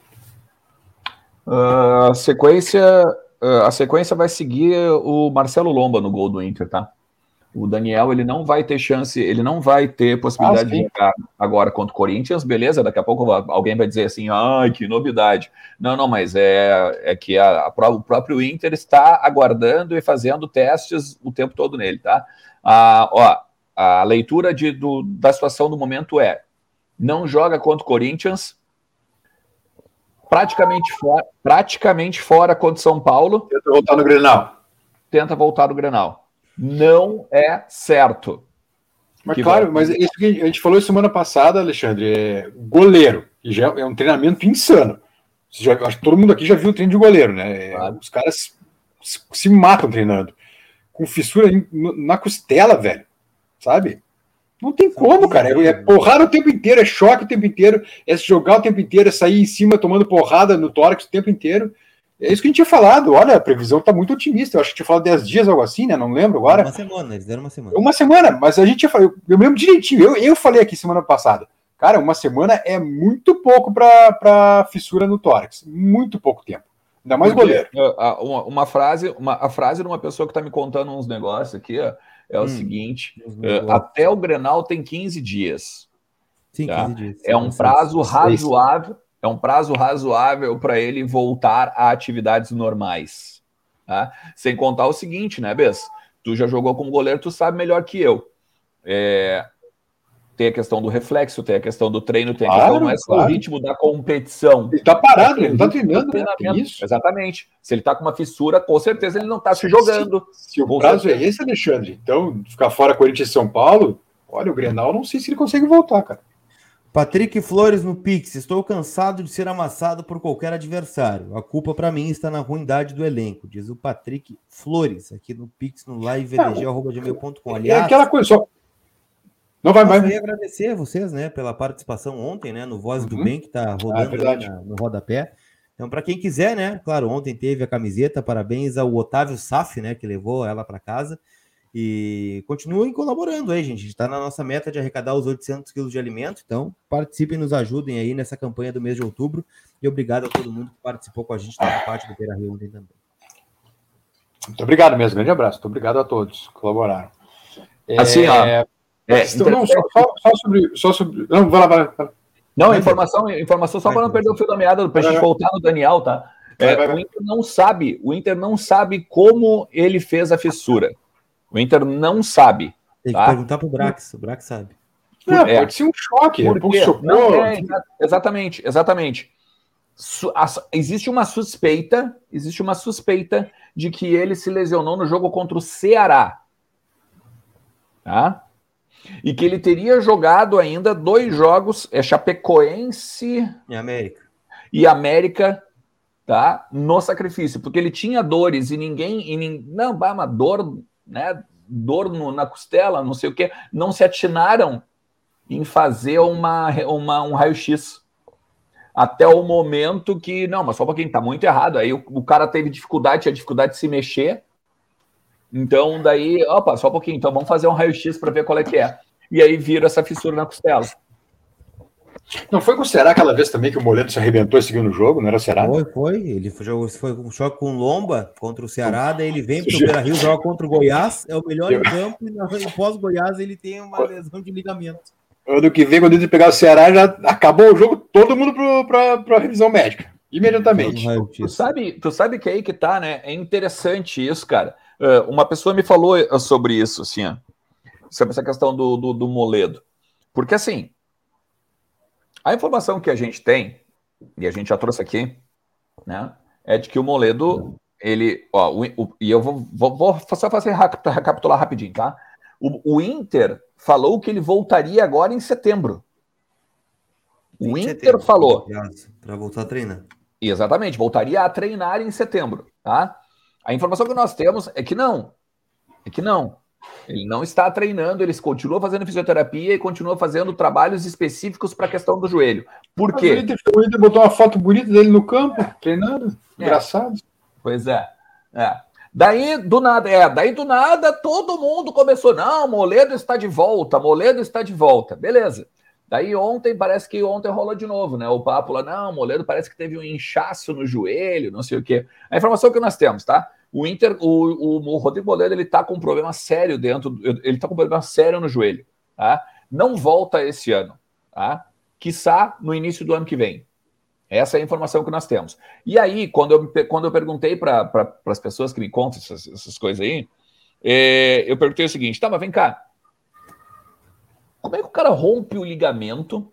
A: Uh, sequência, uh, a sequência vai seguir o Marcelo Lomba no gol do Inter, tá? O Daniel, ele não vai ter chance, ele não vai ter possibilidade ah, de jogar agora contra o Corinthians, beleza? Daqui a pouco alguém vai dizer assim, ai, que novidade. Não, não, mas é, é que a, a, o próprio Inter está aguardando e fazendo testes o tempo todo nele, tá? Ah, ó, a leitura de, do, da situação do momento é, não joga contra o Corinthians, praticamente fora, praticamente fora contra o São Paulo.
C: Tenta voltar no Grenal.
A: Tenta voltar no Grenal. Não é certo.
C: Mas que claro, vai... mas isso que a gente falou semana passada, Alexandre, é goleiro, que já é um treinamento insano. Você já, acho que todo mundo aqui já viu o treino de goleiro, né? Claro. Os caras se, se matam treinando. Com fissura na costela, velho. Sabe? Não tem como, cara. É, é porrada o tempo inteiro, é choque o tempo inteiro, é se jogar o tempo inteiro, é sair em cima tomando porrada no tórax o tempo inteiro. É isso que a gente tinha falado. Olha, a previsão tá muito otimista. Eu acho que tinha falado dez dias, algo assim, né? Não lembro agora.
B: Uma semana, eles deram uma semana.
C: Uma semana, mas a gente tinha falado. Eu lembro direitinho. Eu, eu falei aqui semana passada. Cara, uma semana é muito pouco para fissura no tórax. Muito pouco tempo. Ainda mais
A: Porque,
C: goleiro.
A: Uma, uma frase, uma, a frase de uma pessoa que tá me contando uns negócios aqui ó, é o hum, seguinte: uh, até o Grenal tem quinze dias.
B: Sim,
A: tá?
B: quinze dias.
A: É um prazo razoável, é um prazo razoável para ele voltar a atividades normais. Tá? Sem contar o seguinte, né, Bess? Tu já jogou como goleiro, tu sabe melhor que eu. É... Tem a questão do reflexo, tem a questão do treino, tem a
C: Claro,
A: questão, não é só
C: claro.
A: o ritmo da competição.
C: Ele tá parado,
A: É
C: ele não tá
A: ritmo do
C: treinando, né? Tem
A: treinamento.
C: isso.
A: Exatamente. Se ele tá com uma fissura, com certeza ele não tá se jogando.
C: Se, se o
A: Com
C: prazo
A: certeza.
C: é esse, Alexandre, então ficar fora Corinthians e São Paulo, olha, o Grenal, não sei se ele consegue voltar, cara.
B: Patrick Flores no Pix. Estou cansado de ser amassado por qualquer adversário. A culpa para mim está na ruindade do elenco, diz o Patrick Flores, aqui no Pix, no live v d g arroba gmail ponto com.
C: É aquela coisa só. Não vai mais.
B: Eu ia agradecer a vocês, né, pela participação ontem, né, no Voz
C: Uhum.
B: do Bem, que está rodando
C: ah,
B: aí na, no rodapé. Então, para quem quiser, né, claro, ontem teve a camiseta, parabéns ao Otávio Saf, né, que levou ela para casa. E continuem colaborando aí, gente. A gente está na nossa meta de arrecadar os oitocentos quilos de alimento, então participem e nos ajudem aí nessa campanha do mês de outubro. E obrigado a todo mundo que participou com a gente na parte do Beira Rio ontem também.
C: Muito obrigado mesmo, grande abraço. Muito obrigado a todos que colaboraram.
A: Assim,
C: é...
A: ó. É,
C: então, não, só, só, só, sobre, só sobre. Não, vai lá, vai lá.
A: Não, informação, informação só para não perder o fio da meada, para a gente voltar no Daniel, tá? É, vai, vai, vai. O Inter não sabe, o Inter não sabe como ele fez a fissura. O Inter não sabe.
B: Tem que
A: tá?
B: perguntar pro Brax, o Brax sabe.
C: Não, é, pode ser um choque, um pouco socorro.
A: Não, é, exatamente, exatamente. Su a, existe uma suspeita, existe uma suspeita de que ele se lesionou no jogo contra o Ceará. Tá? E que ele teria jogado ainda dois jogos, é Chapecoense
B: e América.
A: E América, tá? No sacrifício, porque ele tinha dores e ninguém, e ninguém não, vai uma dor, né? Dor no, na costela, não sei o que, não se atinaram em fazer uma, uma, um raio-x. Até o momento que, não, mas só para quem tá muito errado, aí o, o cara teve dificuldade, tinha dificuldade de se mexer. Então, daí, opa, só um pouquinho, então vamos fazer um raio-x para ver qual é que é. E aí vira essa fissura na costela.
C: Não foi com o Ceará aquela vez também que o Moledo se arrebentou e seguiu no jogo, não era o Ceará?
B: Foi, foi. Ele foi, foi um choque com Lomba contra o Ceará, daí ele vem para o Beira Rio, joga contra o Goiás, é o melhor em campo, e pós-Goiás ele tem uma lesão de ligamento.
C: Ano que vem, quando ele pegar o Ceará, já acabou o jogo, todo mundo para a revisão médica. Imediatamente.
A: Tu sabe, tu sabe que aí que tá, né? É interessante isso, cara. Uh, uma pessoa me falou sobre isso, assim, ó, sobre essa questão do, do, do Moledo. Porque, assim, a informação que a gente tem, e a gente já trouxe aqui, né, é de que o Moledo, ele, ó, o, o, e eu vou, vou, vou só fazer recapitular rapidinho, tá? O, o Inter falou que ele voltaria agora em setembro. O Inter setembro, falou.
B: Para voltar a treinar.
A: Exatamente, voltaria a treinar em setembro, tá? A informação que nós temos é que não. É que não. Ele não está treinando, ele continua fazendo fisioterapia e continua fazendo trabalhos específicos para a questão do joelho. Por quê?
C: O Inter botou uma foto bonita dele no campo, treinando. É. Engraçado.
A: Pois é. é. Daí, do nada, é, daí do nada, todo mundo começou, não, Moledo está de volta, Moledo está de volta. Beleza. Daí ontem, parece que ontem rolou de novo, né? O papo lá, não, Moledo parece que teve um inchaço no joelho, não sei o quê. A informação que nós temos, tá? O Inter, o, o, o Rodrigo Moledo, ele tá com um problema sério dentro, ele tá com um problema sério no joelho, tá? Não volta esse ano, tá? Quiçá no início do ano que vem. Essa é a informação que nós temos. E aí, quando eu, quando eu perguntei para pra, as pessoas que me contam essas, essas coisas aí, é, eu perguntei o seguinte, tá, mas vem cá, como é que o cara rompe o ligamento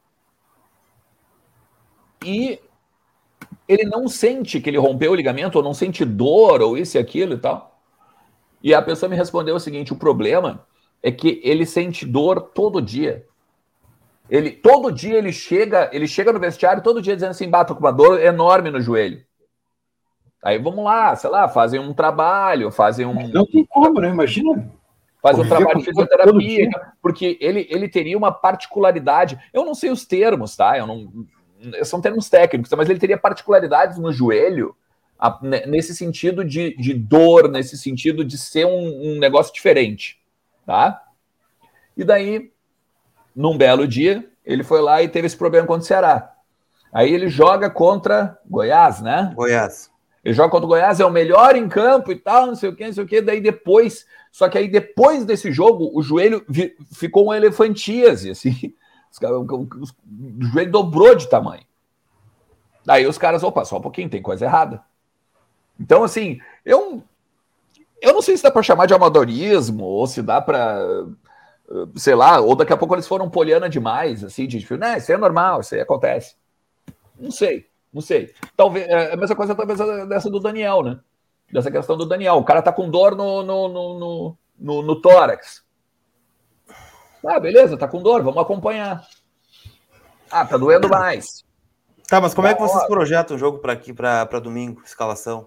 A: e ele não sente que ele rompeu o ligamento, ou não sente dor, ou isso e aquilo e tal? E a pessoa me respondeu o seguinte, o problema é que ele sente dor todo dia. Ele, todo dia ele chega, ele chega no vestiário, todo dia dizendo assim, bato com uma dor enorme no joelho. Aí vamos lá, sei lá, fazem um trabalho, fazem um...
C: Não tem como, né? Imagina...
A: Faz um trabalho de fisioterapia, porque ele, ele teria uma particularidade. Eu não sei os termos, tá? Eu não, são termos técnicos, mas ele teria particularidades no joelho, a, nesse sentido de, de dor, nesse sentido de ser um, um negócio diferente, tá? E daí, num belo dia, ele foi lá e teve esse problema contra o Ceará. Aí ele joga contra Goiás, né?
B: Goiás.
A: Ele joga contra o Goiás, é o melhor em campo e tal, não sei o que, não sei o que. Daí depois, só que aí depois desse jogo, o joelho vi, ficou um elefantíase, assim. O joelho dobrou de tamanho. Daí os caras, opa, só um pouquinho, tem coisa errada. Então, assim, eu, eu não sei se dá para chamar de amadorismo, ou se dá para, sei lá, ou daqui a pouco eles foram poliana demais, assim, de tipo, né, isso aí é normal, isso aí acontece. Não sei, não sei. Talvez, é a mesma coisa talvez dessa do Daniel, né? Dessa questão do Daniel. O cara tá com dor no, no, no, no, no, no tórax. Ah, beleza, tá com dor, vamos acompanhar. Ah, tá doendo mais.
B: Tá, mas como é que vocês projetam o jogo para aqui, para domingo, escalação?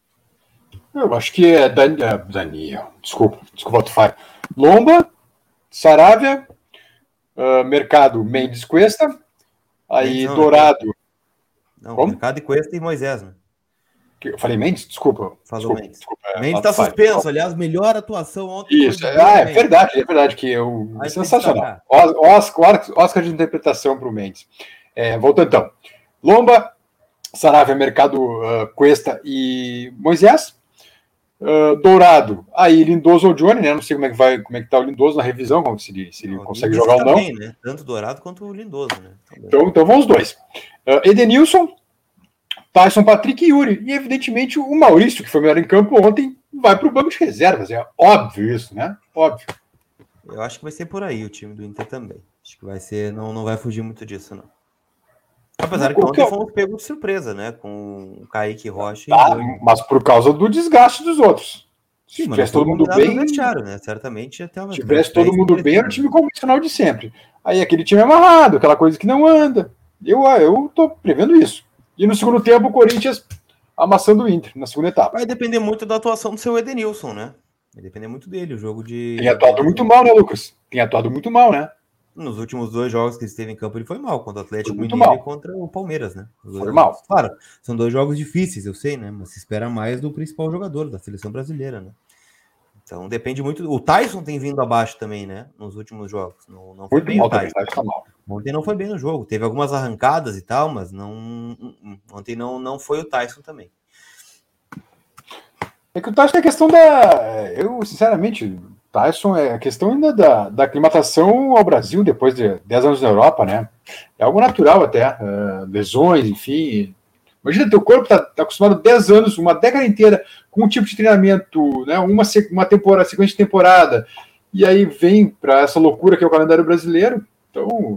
C: Eu acho que é Daniel, Daniel desculpa, desculpa, Tufai. Lomba, Saravia, uh, Mercado, Mendes, Cuesta, aí não, Dourado.
B: Não, Como? Mercado e Cuesta e Moisés, né?
C: Eu falei Mendes? Desculpa.
B: Falou Mendes. Desculpa, Mendes está suspenso, aliás, melhor atuação ontem.
C: Isso, é, ah, é verdade, é verdade, que eu... É sensacional. Oscar, Oscar de interpretação para o Mendes. É, voltando então. Lomba, Saravia, Mercado, uh, Cuesta e Moisés. Uh, Dourado, aí Lindoso ou Johnny, né? Não sei como é que vai, como é que tá o Lindoso na revisão, como se ele, se ele não, consegue jogar ou não. Bem,
B: né? Tanto Dourado quanto o Lindoso, né?
C: Então, então vão os dois. Uh, Edenilson, Tyson, Patrick e Yuri. E, evidentemente, o Maurício, que foi melhor em campo ontem, vai para o banco de reservas. É óbvio isso, né? Óbvio.
B: Eu acho que vai ser por aí o time do Inter também. Acho que vai ser, não, não vai fugir muito disso, não. Apesar que ontem fomos pegos de surpresa, né? Com o Kaique Rocha.
C: Tá, e mas por causa do desgaste dos outros.
B: Se tivesse todo mundo bem. Vestiário, né? Certamente até
C: Se tivesse todo mundo bem, era o time convencional de sempre. Aí aquele time amarrado, aquela coisa que não anda. Eu, eu tô prevendo isso. E no segundo tempo, o Corinthians amassando o Inter, na segunda etapa.
B: Vai depender muito da atuação do seu Edenilson, né? Vai depender muito dele, o jogo de...
C: Tem atuado muito mal, né, Lucas? Tem atuado muito mal, né?
B: Nos últimos dois jogos que ele esteve em campo, ele foi mal, contra o Atlético Mineiro
C: mal.
B: e contra o Palmeiras, né?
C: Foi mal.
B: Claro, são dois jogos difíceis, eu sei, né? Mas se espera mais do principal jogador da seleção brasileira, né? Então depende muito. O Tyson tem vindo abaixo também, né? Nos últimos jogos. Não, não foi
C: muito
B: bem
C: mal
B: o Tyson.
C: Também, tá mal.
B: Ontem não foi bem no jogo. Teve algumas arrancadas e tal, mas não. Ontem não, não foi o Tyson também.
C: É que o Tyson é a questão da. Eu, sinceramente, Tyson é a questão ainda da, da aclimatação ao Brasil depois de dez anos na Europa, né? É algo natural até. Uh, lesões, enfim. Imagina, teu corpo tá, tá acostumado dez anos, uma década inteira, com um tipo de treinamento, né? Uma, uma temporada, sequência de temporada, e aí vem para essa loucura que é o calendário brasileiro. Então,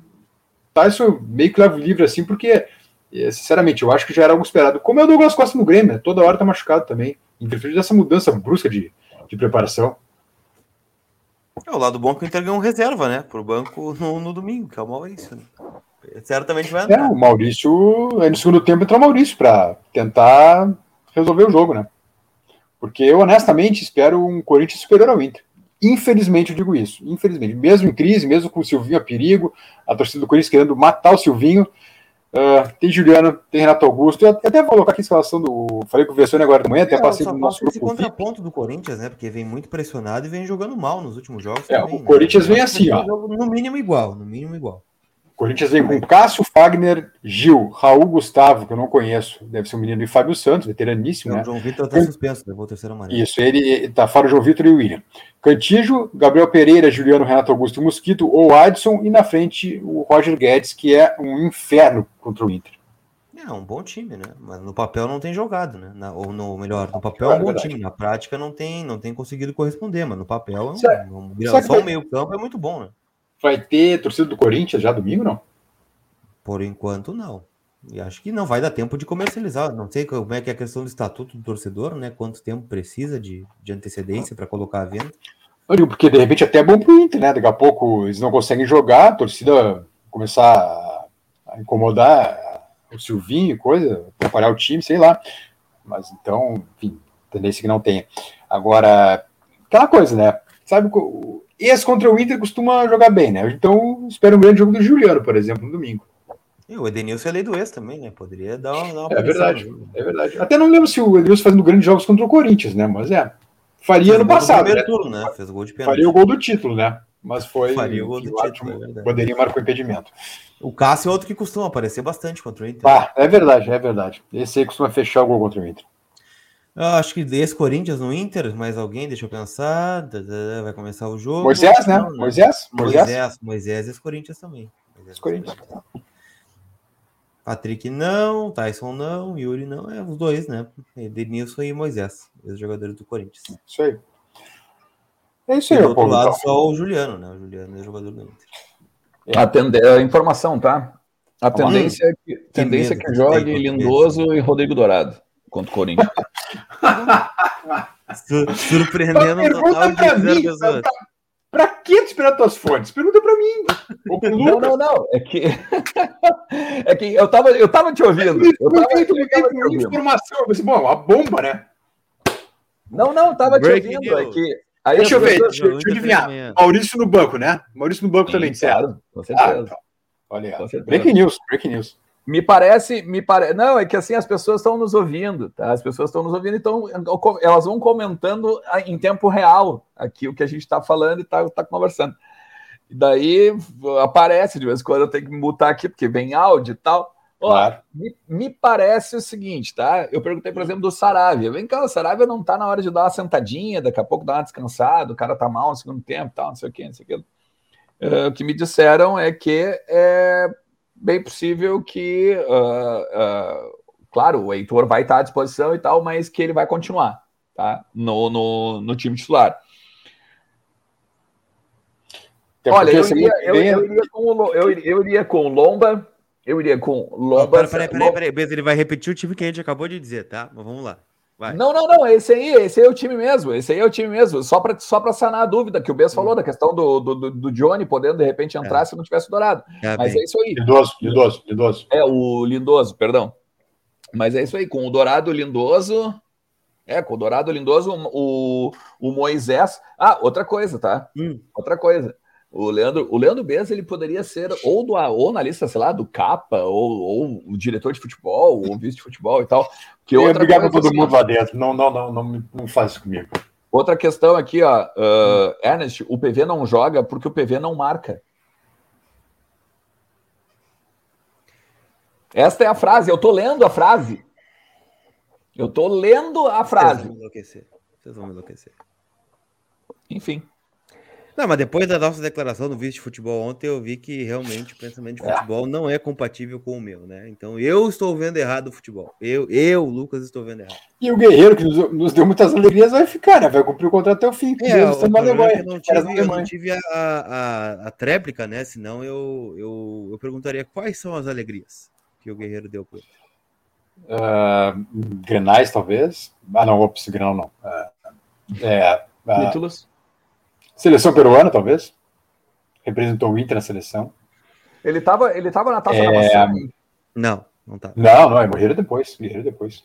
C: Tyson meio que leva o livre assim, porque, sinceramente, eu acho que já era algo esperado. Como é o Douglas Costa no Grêmio, né? Toda hora tá machucado também. Interfere dessa mudança brusca de, de preparação.
B: É o lado bom que o Inter ganhou um reserva, né? Pro banco no, no domingo, que é o Maurício, né? Certamente vai entrar.
C: É, o Maurício, aí no segundo tempo entrou o Maurício para tentar resolver o jogo, né? Porque eu, honestamente, espero um Corinthians superior ao Inter. Infelizmente, eu digo isso. Infelizmente. Mesmo em crise, mesmo com o Silvinho a perigo, a torcida do Corinthians querendo matar o Silvinho, uh, tem Juliano, tem Renato Augusto. Eu até vou colocar aqui a escalação do... Falei com o Vessone agora de manhã, até
B: é,
C: passei no nosso grupo.
B: Esse contraponto do Corinthians, né? Porque vem muito pressionado e vem jogando mal nos últimos jogos.
C: É,
B: também,
C: o Corinthians
B: né?
C: vem assim, ó.
B: No mínimo igual, no mínimo igual.
C: O Corinthians vem com Cássio, Fagner, Gil, Raul Gustavo, que eu não conheço, deve ser um menino, e Fábio Santos, veteraníssimo,
B: não,
C: né?
B: O João Vitor está suspenso, levou o terceiro amarelo.
C: Isso, ele tá fora o João Vitor e o William. Cantígio, Gabriel Pereira, Juliano, Renato Augusto, Mosquito ou Adson, e na frente o Roger Guedes, que é um inferno contra o Inter.
B: É um bom time, né? Mas no papel não tem jogado, né? Na, ou no melhor, no papel é um bom time, na prática não tem, não tem conseguido corresponder, mas no papel é um,
C: certo.
B: um, um só o meio campo é muito bom, né?
C: Vai ter torcida do Corinthians já domingo, não?
B: Por enquanto, não. E acho que não vai dar tempo de comercializar. Não sei como é que é a questão do estatuto do torcedor, né? Quanto tempo precisa de, de antecedência para colocar a venda.
C: Eu digo, porque de repente até é bom pro Inter, né? Daqui a pouco eles não conseguem jogar, a torcida começar a incomodar o Silvinho e coisa, atrapalhar o time, sei lá. Mas então, enfim, tendência que não tenha. Agora, aquela coisa, né? Sabe, esse contra o Inter costuma jogar bem, né? Então, espero um grande jogo do Juliano, por exemplo, no domingo.
B: E o Edenilson é lei do ex também, né? Poderia dar uma, dar uma
C: É verdade, é verdade. Até não lembro se o Edenilson fazendo grandes jogos contra o Corinthians, né? Mas é. Faria
B: Fez
C: no passado.
B: Né? Turno, né? Fez o gol de pênalti.
C: Faria o gol do título, né? Mas foi.
B: Faria o gol do título, é verdade.
C: Poderia marcar o impedimento.
B: O Cássio é outro que costuma aparecer bastante contra o Inter.
C: Ah, é verdade, é verdade. Esse aí costuma fechar o gol contra o Inter.
B: Eu acho que desse Corinthians no Inter, mais alguém, deixa eu pensar. Vai começar o jogo.
C: Moisés, né?
B: Não, né?
C: Moisés?
B: Moisés? Moisés, Moisés e esse Corinthians também.
C: Esse Corinthians.
B: Patrick não, Tyson não, Yuri não, é os dois, né? Denilson e Moisés, os jogadores do Corinthians.
C: Isso aí. É isso aí,
B: e do outro
C: povo,
B: lado
C: então.
B: só o Juliano, né? O Juliano é jogador do Inter.
A: É. A, tende... a informação, tá? A tendência hum, é que, tendência
B: medo,
A: que jogue
B: tem,
A: Lindoso e Rodrigo Dourado contra o Corinthians.
B: Sur- surpreendendo um total de zero pessoas.
C: Pra, pra que tu esperar tuas fontes? Pergunta pra mim. Ou pro
A: não, não, não. É que, é que eu, tava, eu tava te ouvindo. Eu tava, eu tava te ouvindo.
C: Informação. Eu pensei, bom, uma bomba, né?
A: Não, não, tava
B: Breaking
A: te ouvindo.
B: news.
A: É que, aí
C: deixa eu ver,
A: pessoas...
C: deixa, deixa eu adivinhar. Maurício no banco, né? Maurício no banco
A: Sim,
C: também,
A: claro,
C: certo?
A: com certeza.
C: Ah, então. Olha aí.
A: Com
C: Breaking news, breaking news.
A: Me parece, me parece. Não, é que assim as pessoas estão nos ouvindo, tá? As pessoas estão nos ouvindo, então elas vão comentando em tempo real aqui o que a gente está falando e tá, tá conversando. E daí aparece de vez em quando eu tenho que mutar aqui, porque vem áudio e tal. Ó,
C: claro.
A: me, me parece o seguinte, tá? Eu perguntei, por exemplo, do Saravia. Vem cá, o Saravia não tá na hora de dar uma sentadinha, daqui a pouco dar uma descansada, o cara tá mal no segundo tempo, tal, não sei o quê, não sei o quê. Uh, o que me disseram é que é bem possível que, uh, uh, claro, o Heitor vai estar à disposição e tal, mas que ele vai continuar, tá? No, no, no time titular. Olha, eu iria, eu, eu, iria com o, eu, eu iria com o Lomba, eu iria com Lomba...
B: Oh, peraí, peraí, peraí, peraí, ele vai repetir o time que a gente acabou de dizer, tá? Mas vamos lá. Vai.
A: Não, não, não, esse aí, esse aí é o time mesmo, esse aí é o time mesmo, só para só para sanar a dúvida que o Bess falou, da questão do, do, do Johnny podendo de repente entrar é. se não tivesse Dourado, é, mas bem. É isso aí.
C: Lindoso, Lindoso, Lindoso.
A: É, o Lindoso, perdão, mas é isso aí, com o Dourado, o Lindoso, é, com o Dourado, o Lindoso, o, o Moisés, ah, outra coisa, tá, hum. outra coisa, o Leandro, o Leandro Bess, ele poderia ser ou, do, ou na lista, sei lá, do Capa, ou, ou o diretor de futebol, ou vice de futebol e tal. Que
C: eu
A: outra
C: obrigado
A: coisa,
C: todo mundo lá dentro, não, não, não, não, não faz isso comigo.
A: Outra questão aqui, ó, uh, hum. Ernest, o P V não joga porque o P V não marca. Esta é a frase, eu tô lendo a frase. Eu tô lendo a frase.
B: Vocês vão enlouquecer, vocês vão enlouquecer.
A: Enfim.
B: Não, mas depois da nossa declaração do vice de futebol ontem, eu vi que realmente o pensamento de futebol é. não é compatível com o meu, né? Então eu estou vendo errado o futebol. Eu, eu Lucas, estou vendo errado.
C: E o Guerreiro, que nos, nos deu muitas alegrias, vai ficar, né? Vai cumprir o contrato até o fim.
B: É, Deus, o é eu não tive, eu não tive a, a, a tréplica, né? Senão eu, eu, eu perguntaria quais são as alegrias que o Guerreiro deu para ele.
C: Uh, Grenais, talvez. Ah, não, ops, Grenal não. Uh, é, uh,
A: Títulos.
C: Seleção peruana, talvez. Representou o Inter na seleção.
A: Ele estava ele tava na Taça
C: é...
A: da Maçã?
B: Não, não tá.
C: Não, não, é Guerreiro depois. Guerreiro depois.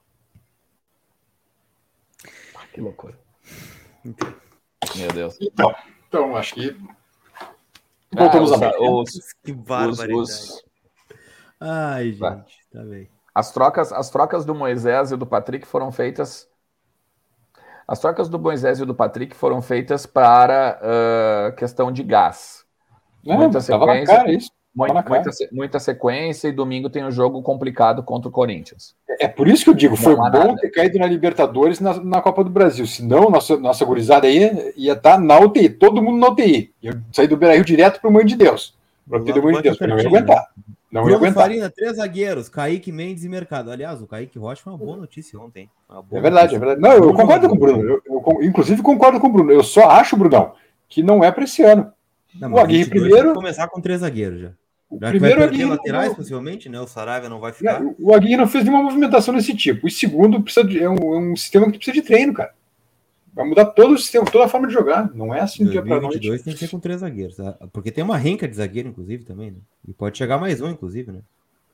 A: Ah, que loucura. Meu Deus.
C: Então, então acho que voltamos
A: ah,
C: a
A: os,
B: Que barbaridade.
A: Os, os...
B: Ai, gente, Vai. tá bem.
A: As trocas, as trocas do Moisés e do Patrick foram feitas... As trocas do Moisés e do Patrick foram feitas para uh, questão de gás.
C: Não,
A: muita sequência,
C: cara, isso.
A: Muita, muita, muita sequência e domingo tem um jogo complicado contra o Corinthians.
C: É, é por isso que eu digo, foi bom
A: nada.
C: ter caído na Libertadores na, na Copa do Brasil. Senão, nossa, nossa gurizada aí ia estar na U T I, todo mundo na U T I. Eu saí do Beira-Rio direto para o Mãe de Deus. Para ter Mãe de Deus, porque não ia aguentar. Não
B: Bruno
C: ia aguentar.
B: Farina, três zagueiros, Kaique Mendes e Mercado. Aliás, o Kaique Rocha foi uma boa notícia ontem.
C: É verdade, notícia. é verdade. Não, eu Bruno concordo com o Bruno. Eu, eu, inclusive concordo com o Bruno. Eu só acho, Brunão, que não é para esse ano.
B: Não,
C: o Aguirre primeiro...
B: começar com três zagueiros já.
C: O
B: já
C: primeiro
B: vai perder
C: Aguirre
B: laterais,
C: não...
B: possivelmente, né? O Saravia não vai ficar.
C: Não, o Aguirre não fez nenhuma movimentação desse tipo. E segundo, precisa de, é, um, é um sistema que precisa de treino, cara. Vai mudar todo o sistema, toda a forma de jogar. Não é assim do dia para noite.
B: Tem que ser com três zagueiros. Tá? Porque tem uma renca de zagueiro, inclusive, também, né? E pode chegar mais um, inclusive, né?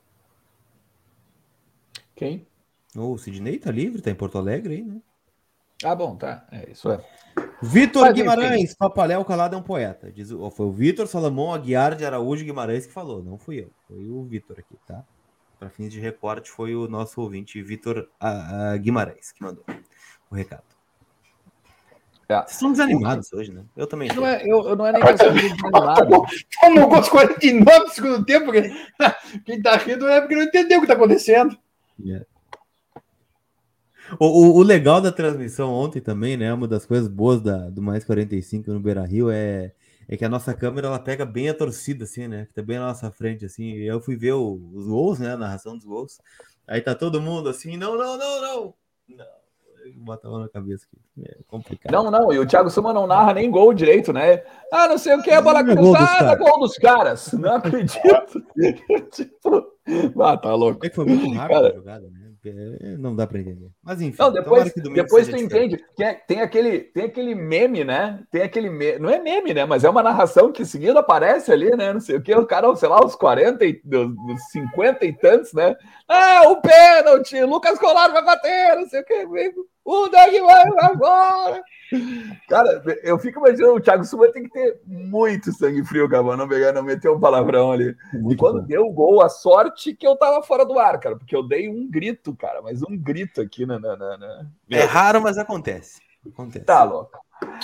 A: Quem?
B: O Sidney tá livre, tá em Porto Alegre aí, né?
A: Ah, bom, tá. É isso é.
B: Vitor Guimarães, Papaléu Calado é um poeta. Diz, foi o Vitor Salomão Aguiar de Araújo Guimarães que falou, não fui eu. Foi o Vitor aqui, tá? Para fins de recorte, foi o nosso ouvinte Vitor Guimarães que mandou o recado. É. Vocês estão desanimados hoje, né? Eu também.
A: Não é, eu, eu não é nem questão de desanimado.
C: Tomou gol aos quarenta e nove do segundo tempo. Porque... Quem tá rindo é porque não entendeu o que tá acontecendo.
B: Yeah. O, o, o legal da transmissão ontem também, né? Uma das coisas boas da, do Mais quarenta e cinco no Beira-Rio é, é que a nossa câmera ela pega bem a torcida, assim, né? Que tá bem na nossa frente, assim. E eu fui ver o, os gols, né? A narração dos gols. Aí tá todo mundo assim, não, não, não, não. Não. Bota a mão na cabeça aqui. É complicado.
A: Não, não, e o Thiago Silva não narra nem gol direito, né? Ah, não sei o que, é bola
B: É gol dos
A: cruzada,
B: caras.
A: gol dos caras. Não acredito. Tipo, ah, tá louco.
B: É que foi muito rápido
A: Cara,
B: a jogada, né? É, não dá pra entender. Mas enfim,
A: não,
B: tomara
A: depois,
B: que domingo
A: depois
B: seja
A: tu
B: diferente.
A: entende que é- tem, aquele, tem aquele meme, né? Tem aquele meme, não é meme, né? Mas é uma narração que seguido aparece ali, né? Não sei o que, o cara, sei lá, os quarenta, e, os cinquenta e tantos, né? Ah, o pênalti, Lucas Colar vai bater, não sei o que, o Doug vai agora. Cara, eu fico imaginando, o Thiago Silva tem que ter muito sangue frio, cara, pra não pegar, não meter um palavrão ali.
B: Muito
A: e quando
B: bom.
A: deu o gol, a sorte que eu tava fora do ar, cara, porque eu dei um grito, cara, mas um grito aqui na. na, na, na...
B: É raro, mas acontece. Acontece.
A: Tá louco.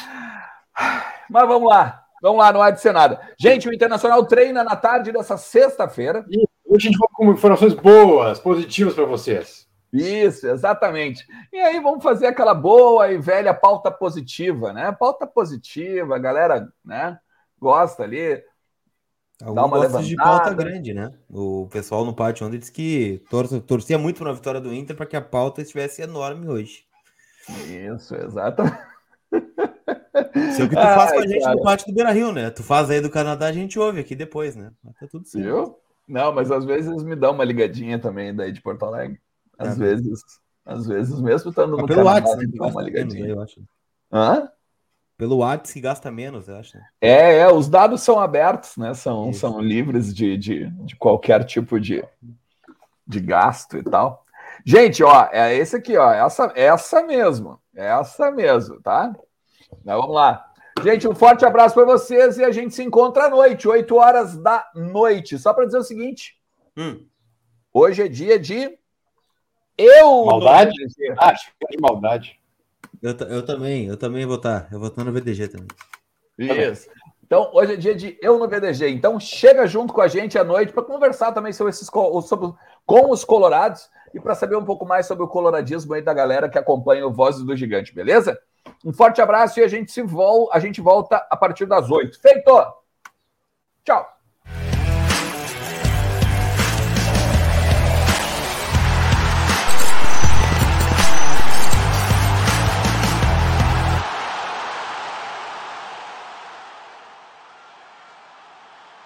A: Mas vamos lá. Vamos lá, não há de ser nada. Gente, o Internacional treina na tarde dessa sexta-feira.
C: E hoje a gente vai com informações boas, positivas para vocês.
A: Isso, exatamente. E aí vamos fazer aquela boa e velha pauta positiva, né? Pauta positiva, a galera, né, gosta ali. Dá uma
B: Alguns de pauta
A: levantada.
B: grande, né? O pessoal no pátio ontem disse que tor torcia muito na vitória do Inter para que a pauta estivesse enorme hoje.
A: Isso, exatamente.
B: Isso é o que tu faz
A: Ai,
B: com a gente
A: cara.
B: no pátio do Beira-Rio, né? Tu faz aí do Canadá, a gente ouve aqui depois, né? Mas tá tudo certo.
A: Viu? Não, mas às vezes me dá uma ligadinha também daí de Porto Alegre. Às
B: Tá,
A: vezes, às vezes, mesmo estando
B: Mas
A: no
B: pelo
A: Canadá,
B: WhatsApp, né?
A: me
B: Que
A: dá uma
B: gasta menos,
A: ligadinha.
B: aí, eu acho.
A: Hã?
B: Pelo WhatsApp que gasta menos, eu acho. Né?
A: É, é, os dados são abertos, né? São,
B: Isso.
A: são livres de, de, de qualquer tipo de, de gasto e tal. Gente, ó, é esse aqui, ó, essa, essa mesmo, essa mesmo, tá? Mas vamos lá. Gente, um forte abraço para vocês e a gente se encontra à noite, oito horas da noite. Só para dizer o seguinte,
B: Hum.
A: hoje é dia de eu
C: Maldade?
A: no V D G.
C: Ah, que maldade.
B: Eu, eu também, eu também vou estar. Eu vou estar no V D G também.
A: Isso. Então, hoje é dia de eu no V D G. Então, chega junto com a gente à noite para conversar também sobre esses sobre, com os colorados e para saber um pouco mais sobre o coloradismo aí da galera que acompanha o Vozes do Gigante, beleza? Um forte abraço e a gente se volta, a gente volta a partir das oito. Feito! Tchau!